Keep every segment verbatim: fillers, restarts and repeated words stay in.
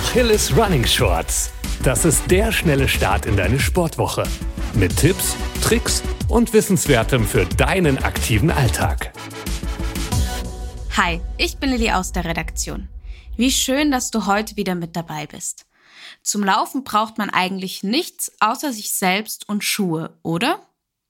Achilles Running Shorts. Das ist der schnelle Start in deine Sportwoche. Mit Tipps, Tricks und Wissenswertem für deinen aktiven Alltag. Hi, ich bin Lilly aus der Redaktion. Wie schön, dass du heute wieder mit dabei bist. Zum Laufen braucht man eigentlich nichts außer sich selbst und Schuhe, oder?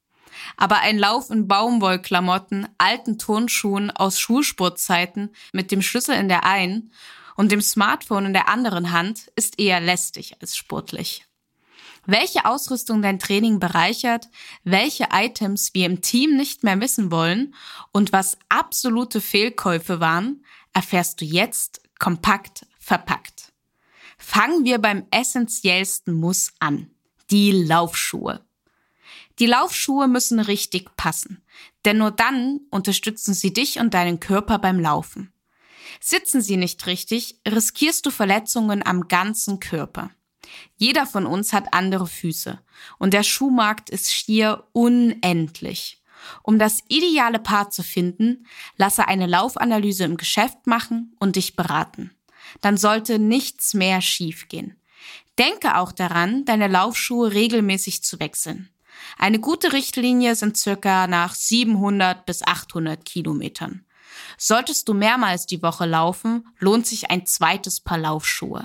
Aber ein Lauf in Baumwollklamotten, alten Turnschuhen aus Schulsportzeiten mit dem Schlüssel in der einen und dem Smartphone in der anderen Hand ist eher lästig als sportlich. Welche Ausrüstung dein Training bereichert, welche Items wir im Team nicht mehr missen wollen und was absolute Fehlkäufe waren, erfährst du jetzt kompakt verpackt. Fangen wir beim essentiellsten Muss an: die Laufschuhe. Die Laufschuhe müssen richtig passen, denn nur dann unterstützen sie dich und deinen Körper beim Laufen. Sitzen sie nicht richtig, riskierst du Verletzungen am ganzen Körper. Jeder von uns hat andere Füße und der Schuhmarkt ist schier unendlich. Um das ideale Paar zu finden, lasse eine Laufanalyse im Geschäft machen und dich beraten. Dann sollte nichts mehr schiefgehen. Denke auch daran, deine Laufschuhe regelmäßig zu wechseln. Eine gute Richtlinie sind circa nach siebenhundert bis achthundert Kilometern. Solltest du mehrmals die Woche laufen, lohnt sich ein zweites Paar Laufschuhe.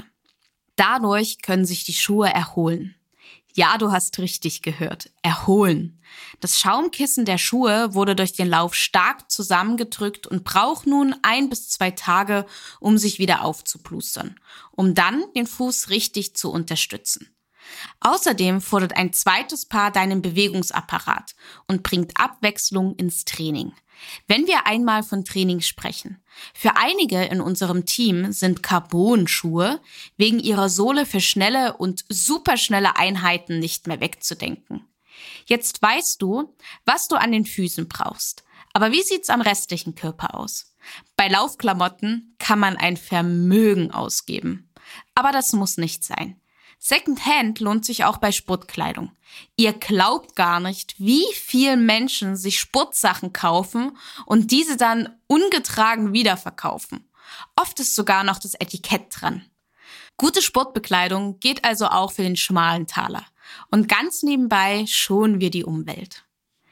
Dadurch können sich die Schuhe erholen. Ja, du hast richtig gehört, erholen. Das Schaumkissen der Schuhe wurde durch den Lauf stark zusammengedrückt und braucht nun ein bis zwei Tage, um sich wieder aufzuplustern, um dann den Fuß richtig zu unterstützen. Außerdem fordert ein zweites Paar deinen Bewegungsapparat und bringt Abwechslung ins Training. Wenn wir einmal von Training sprechen, für einige in unserem Team sind Carbon-Schuhe wegen ihrer Sohle für schnelle und superschnelle Einheiten nicht mehr wegzudenken. Jetzt weißt du, was du an den Füßen brauchst. Aber wie sieht's am restlichen Körper aus? Bei Laufklamotten kann man ein Vermögen ausgeben. Aber das muss nicht sein. Secondhand lohnt sich auch bei Sportkleidung. Ihr glaubt gar nicht, wie viel Menschen sich Sportsachen kaufen und diese dann ungetragen wiederverkaufen. Oft ist sogar noch das Etikett dran. Gute Sportbekleidung geht also auch für den schmalen Taler. Und ganz nebenbei schonen wir die Umwelt.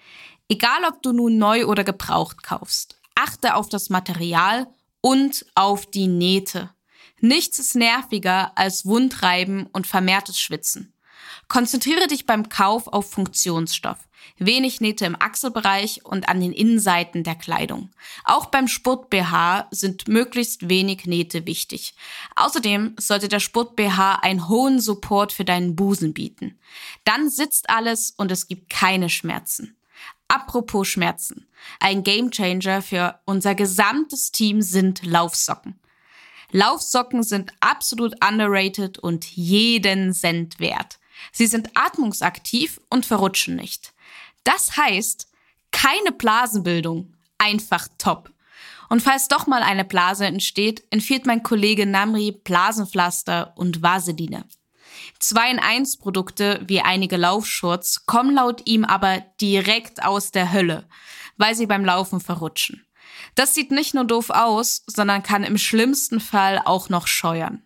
Egal, ob du nun neu oder gebraucht kaufst, achte auf das Material und auf die Nähte. Nichts ist nerviger als Wundreiben und vermehrtes Schwitzen. Konzentriere dich beim Kauf auf Funktionsstoff. Wenig Nähte im Achselbereich und an den Innenseiten der Kleidung. Auch beim Sport-B H sind möglichst wenig Nähte wichtig. Außerdem sollte der Sport-B H einen hohen Support für deinen Busen bieten. Dann sitzt alles und es gibt keine Schmerzen. Apropos Schmerzen. Ein Gamechanger für unser gesamtes Team sind Laufsocken. Laufsocken sind absolut underrated und jeden Cent wert. Sie sind atmungsaktiv und verrutschen nicht. Das heißt, keine Blasenbildung, einfach top. Und falls doch mal eine Blase entsteht, empfiehlt mein Kollege Namri Blasenpflaster und Vaseline. zwei in eins Produkte wie einige Laufshorts kommen laut ihm aber direkt aus der Hölle, weil sie beim Laufen verrutschen. Das sieht nicht nur doof aus, sondern kann im schlimmsten Fall auch noch scheuern.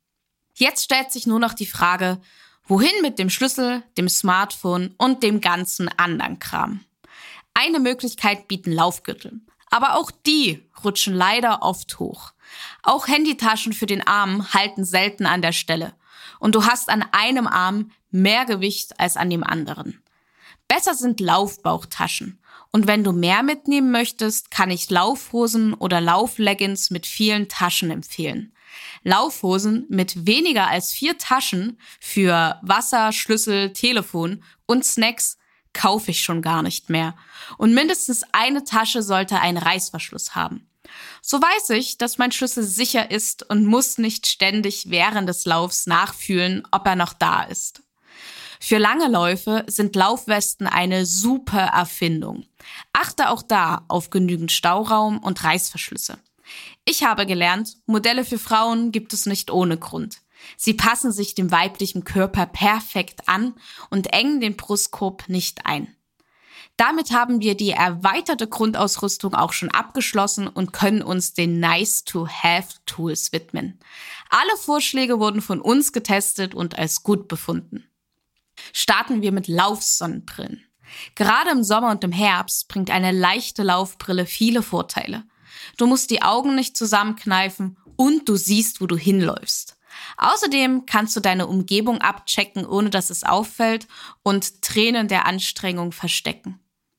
Jetzt stellt sich nur noch die Frage, wohin mit dem Schlüssel, dem Smartphone und dem ganzen anderen Kram? Eine Möglichkeit bieten Laufgürtel, aber auch die rutschen leider oft hoch. Auch Handytaschen für den Arm halten selten an der Stelle und du hast an einem Arm mehr Gewicht als an dem anderen. Besser sind Laufbauchtaschen. Und wenn du mehr mitnehmen möchtest, kann ich Laufhosen oder Laufleggings mit vielen Taschen empfehlen. Laufhosen mit weniger als vier Taschen für Wasser, Schlüssel, Telefon und Snacks kaufe ich schon gar nicht mehr. Und mindestens eine Tasche sollte einen Reißverschluss haben. So weiß ich, dass mein Schlüssel sicher ist und muss nicht ständig während des Laufs nachfühlen, ob er noch da ist. Für lange Läufe sind Laufwesten eine super Erfindung. Achte auch da auf genügend Stauraum und Reißverschlüsse. Ich habe gelernt, Modelle für Frauen gibt es nicht ohne Grund. Sie passen sich dem weiblichen Körper perfekt an und engen den Brustkorb nicht ein. Damit haben wir die erweiterte Grundausrüstung auch schon abgeschlossen und können uns den Nice-to-Have-Tools widmen. Alle Vorschläge wurden von uns getestet und als gut befunden. Starten wir mit Laufsonnenbrillen. Gerade im Sommer und im Herbst bringt eine leichte Laufbrille viele Vorteile. Du musst die Augen nicht zusammenkneifen und du siehst, wo du hinläufst. Außerdem kannst du deine Umgebung abchecken, ohne dass es auffällt, und Tränen der Anstrengung verstecken.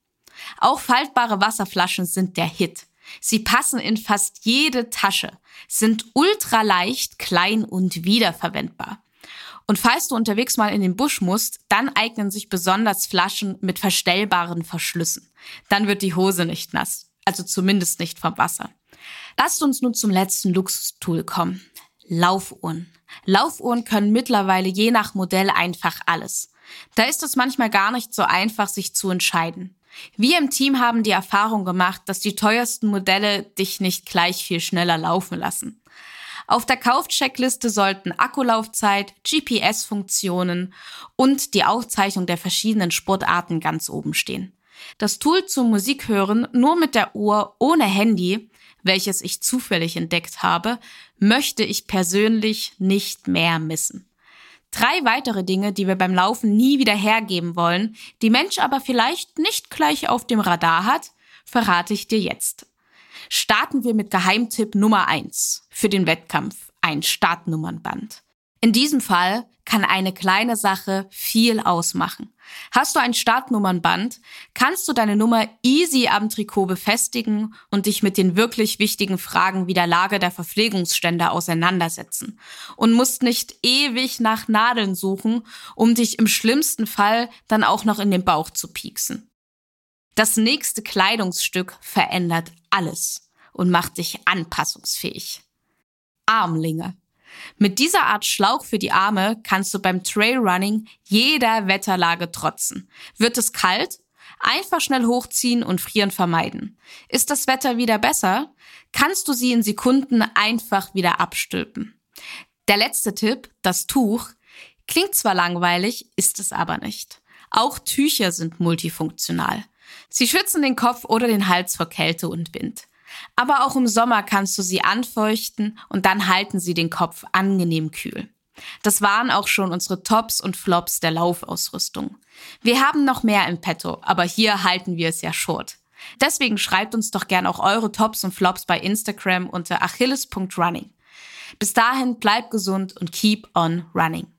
Auch faltbare Wasserflaschen sind der Hit. Sie passen in fast jede Tasche, sind ultraleicht, klein und wiederverwendbar. Und falls du unterwegs mal in den Busch musst, dann eignen sich besonders Flaschen mit verstellbaren Verschlüssen. Dann wird die Hose nicht nass, also zumindest nicht vom Wasser. Lasst uns nun zum letzten Luxustool kommen. Laufuhren. Laufuhren können mittlerweile je nach Modell einfach alles. Da ist es manchmal gar nicht so einfach, sich zu entscheiden. Wir im Team haben die Erfahrung gemacht, dass die teuersten Modelle dich nicht gleich viel schneller laufen lassen. Auf der Kaufcheckliste sollten Akkulaufzeit, G P S-Funktionen und die Aufzeichnung der verschiedenen Sportarten ganz oben stehen. Das Tool zum Musikhören nur mit der Uhr ohne Handy, welches ich zufällig entdeckt habe, möchte ich persönlich nicht mehr missen. Drei weitere Dinge, die wir beim Laufen nie wieder hergeben wollen, die Mensch aber vielleicht nicht gleich auf dem Radar hat, verrate ich dir jetzt. Starten wir mit Geheimtipp Nummer eins für den Wettkampf, ein Startnummernband. In diesem Fall kann eine kleine Sache viel ausmachen. Hast du ein Startnummernband, kannst du deine Nummer easy am Trikot befestigen und dich mit den wirklich wichtigen Fragen wie der Lage der Verpflegungsstände auseinandersetzen und musst nicht ewig nach Nadeln suchen, um dich im schlimmsten Fall dann auch noch in den Bauch zu pieksen. Das nächste Kleidungsstück verändert alles und macht dich anpassungsfähig. Armlinge. Mit dieser Art Schlauch für die Arme kannst du beim Trailrunning jeder Wetterlage trotzen. Wird es kalt? Einfach schnell hochziehen und frieren vermeiden. Ist das Wetter wieder besser? Kannst du sie in Sekunden einfach wieder abstülpen. Der letzte Tipp, das Tuch, klingt zwar langweilig, ist es aber nicht. Auch Tücher sind multifunktional. Sie schützen den Kopf oder den Hals vor Kälte und Wind. Aber auch im Sommer kannst du sie anfeuchten und dann halten sie den Kopf angenehm kühl. Das waren auch schon unsere Tops und Flops der Laufausrüstung. Wir haben noch mehr im Petto, aber hier halten wir es ja short. Deswegen schreibt uns doch gern auch eure Tops und Flops bei Instagram unter achilles punkt running. Bis dahin bleibt gesund und keep on running.